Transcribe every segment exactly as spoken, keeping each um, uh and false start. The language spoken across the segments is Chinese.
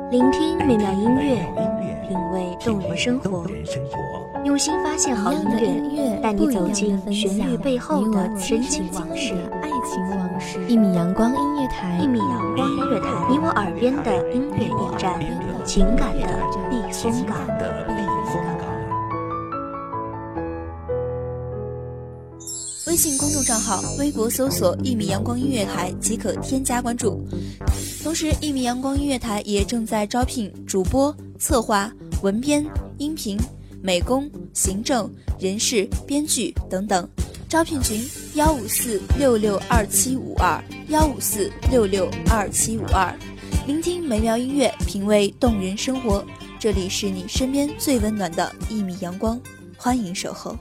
聆听美妙音乐，品味动人生活，用心发现好音乐，带你走进旋律背后的深情往事。 爱情往事，一米阳光音乐台， 一米阳光音乐台，你我耳边的音乐驿站，情感的避风港。 微信公众账号、微博搜索“一米阳光音乐台”即可添加关注。同时，一米阳光音乐台也正在招聘主播、策划、文编、音频、美工、行政、人事、编剧等等。招聘群：幺五四六六二七五二幺五四六六二七五二。聆听美妙音乐，品味动人生活。这里是你身边最温暖的一米阳光，欢迎守候。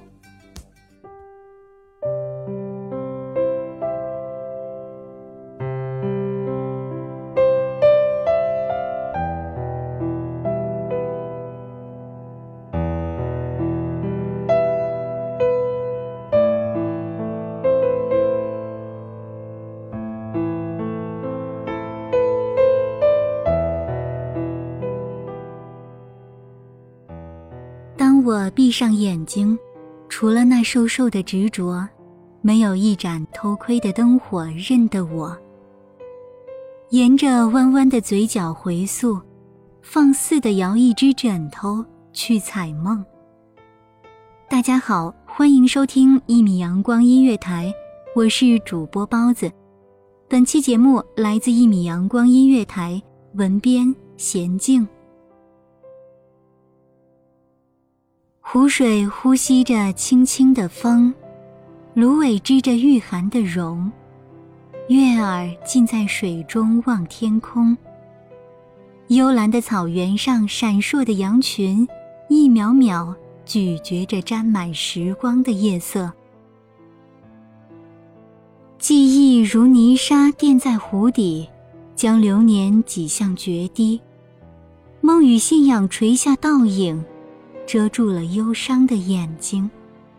当我闭上眼睛，除了那瘦瘦的执着，没有一盏偷窥的灯火认得我。沿着弯弯的嘴角回溯，放肆地摇一只枕头去采梦。大家好，欢迎收听一米阳光音乐台，我是主播包子。本期节目来自一米阳光音乐台，文编娴静。湖水呼吸着轻轻的风，芦苇织着御寒的绒，月儿浸在水中望天空。幽蓝的草原上闪烁的羊群，一秒秒咀嚼着沾满时光的夜色。记忆如泥沙垫在湖底，将流年挤向决堤。梦与信仰垂下倒影，遮住了忧伤的眼睛。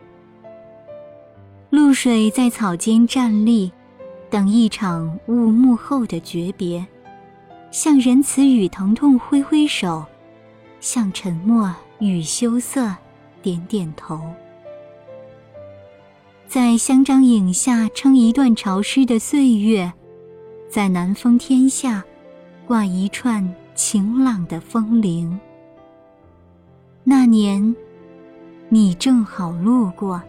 露水在草间站立，等一场雾幕后的诀别，向仁慈与疼痛挥挥手，向沉默与羞涩点点头。在香樟影下撑一段潮湿的岁月，在南风天下挂一串晴朗的风铃。那年，你正好路过。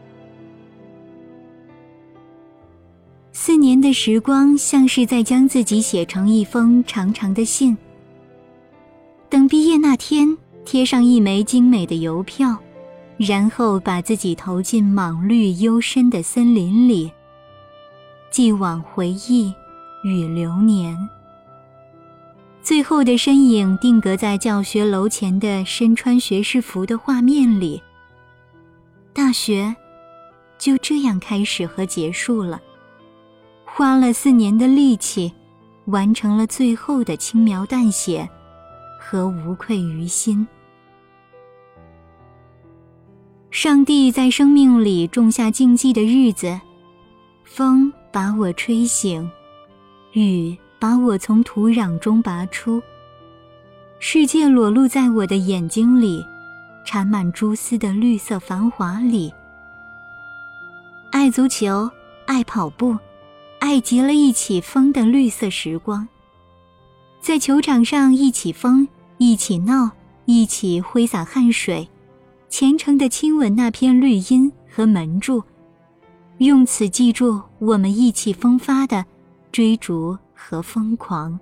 四年的时光像是在将自己写成一封长长的信，等毕业那天贴上一枚精美的邮票，然后把自己投进莽绿幽深的森林里，寄往回忆与流年。最后的身影定格在教学楼前的身穿学士服的画面里。大学就这样开始和结束了，花了四年的力气，完成了最后的轻描淡写和无愧于心。上帝在生命里种下禁忌的日子，风把我吹醒，雨把我从土壤中拔出，世界裸露在我的眼睛里，缠满蛛丝的绿色繁华里。爱足球，爱跑步，爱极了一起疯的绿色时光。在球场上一起疯，一起闹，一起挥洒汗水，虔诚地亲吻那片绿荫和门柱，用此记住我们意气风发的追逐和疯狂。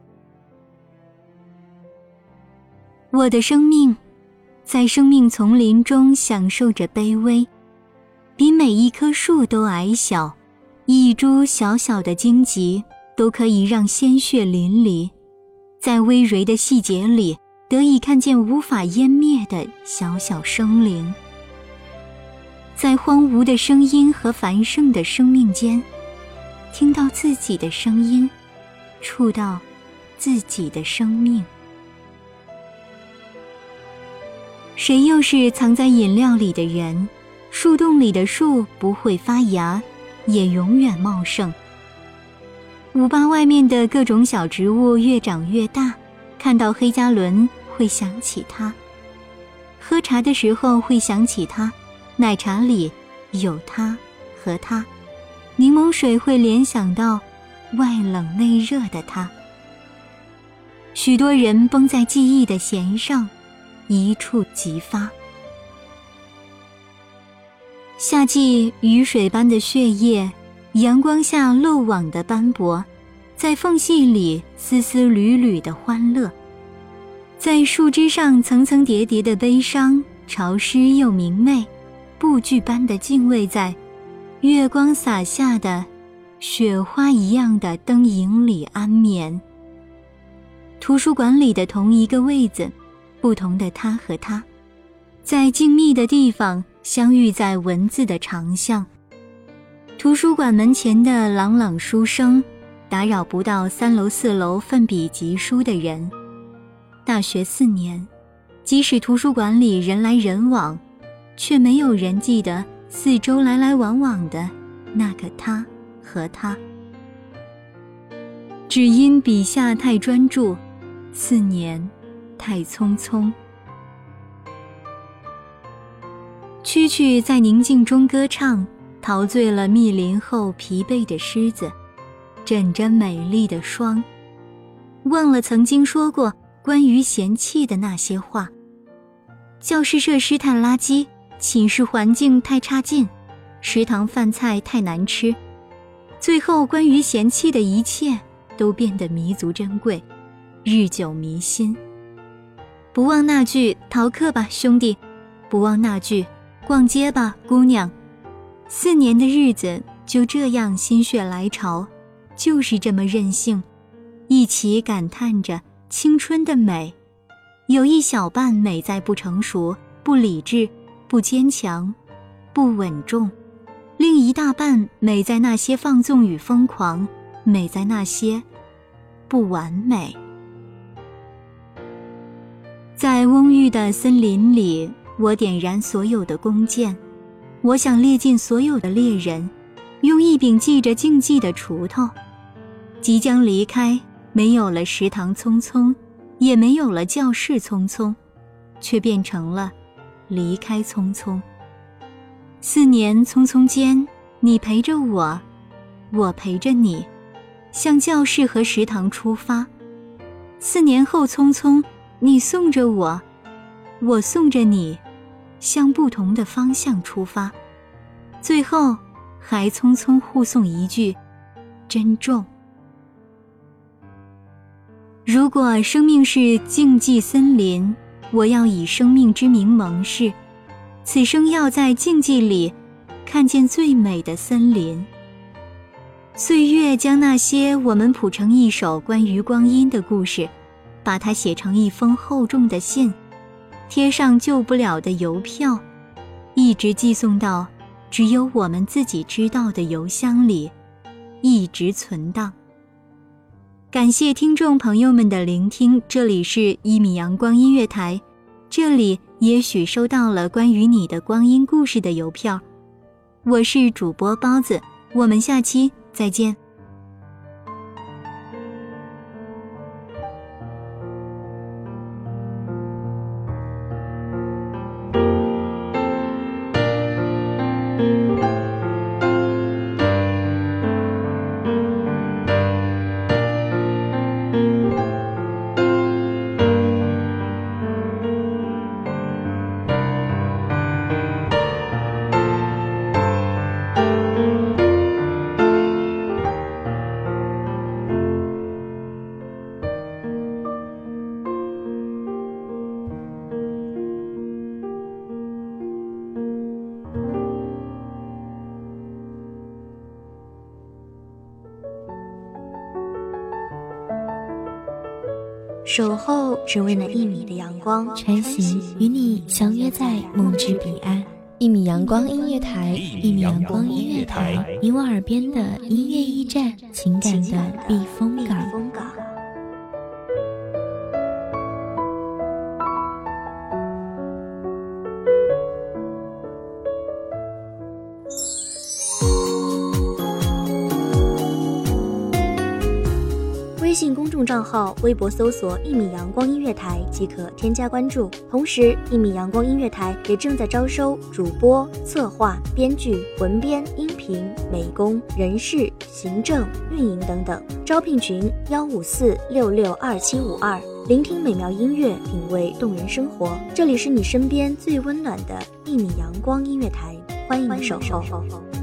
我的生命在生命丛林中享受着卑微，比每一棵树都矮小，一株小小的荆棘都可以让鲜血淋漓，在微蕤的细节里得以看见无法湮灭的小小生灵，在荒芜的声音和繁盛的生命间，听到自己的声音，触到自己的生命。谁又是藏在饮料里的人？树洞里的树不会发芽，也永远茂盛。五八外面的各种小植物越长越大， 看到黑加仑会想起他，喝茶的时候会想起他，奶茶里有他和他，柠檬水会联想到外冷内热的他。许多人绷在记忆的弦上，一触即发。夏季雨水般的血液，阳光下漏网的斑驳，在缝隙里丝丝缕缕的欢乐，在树枝上层层叠叠的悲伤，潮湿又明媚，布剧般的敬畏在月光洒下的雪花一样的灯影里安眠。图书馆里的同一个位子，不同的他和他，在静谧的地方相遇在文字的长巷。图书馆门前的朗朗书声打扰不到三楼四楼奋笔疾书的人。大学四年，即使图书馆里人来人往，却没有人记得四周来来往往的那个他和他。只因笔下太专注，四年太匆匆。蛐蛐在宁静中歌唱，陶醉了密林后疲惫的狮子，枕着美丽的霜，忘了曾经说过关于嫌弃的那些话。教室设施太垃圾，寝室环境太差劲，食堂饭菜太难吃，最后关于嫌弃的一切都变得弥足珍贵，日久弥新。不忘那句逃课吧兄弟，不忘那句逛街吧姑娘。四年的日子就这样心血来潮，就是这么任性，一起感叹着青春的美。有一小半美在不成熟，不理智，不坚强，不稳重，另一大半美在那些放纵与疯狂，美在那些不完美。在蓊郁的森林里，我点燃所有的弓箭，我想猎尽所有的猎人，用一柄系着竞技的锄头。即将离开，没有了食堂匆匆，也没有了教室匆匆，却变成了离开匆匆。四年匆匆间，你陪着我，我陪着你，向教室和食堂出发。四年后匆匆，你送着我，我送着你，向不同的方向出发，最后还匆匆互送一句珍重。如果生命是竞技森林，我要以生命之名盟誓，此生要在竞技里看见最美的森林。岁月将那些我们谱成一首关于光阴的故事，把它写成一封厚重的信，贴上旧不了的邮票，一直寄送到只有我们自己知道的邮箱里，一直存档。感谢听众朋友们的聆听，这里是一米阳光音乐台，这里也许收到了关于你的光阴故事的邮票。我是主播包子，我们下期再见。 守候只为那一米的阳光， 穿行与你相约在梦之彼岸。一米阳光音乐台，一米阳光音乐台，你我耳边的音乐驿站，情感的避风港。 微信公众众账号，微博搜索一米阳光音乐台即可添加关注。同时，一米阳光音乐台也正在招收主播、策划、编剧、文编、音频、美工、人事、行政、运营等等。招聘群幺五四六六二七五二。聆听美妙音乐，品味动人生活。这里是你身边最温暖的一米阳光音乐台，欢迎你守候。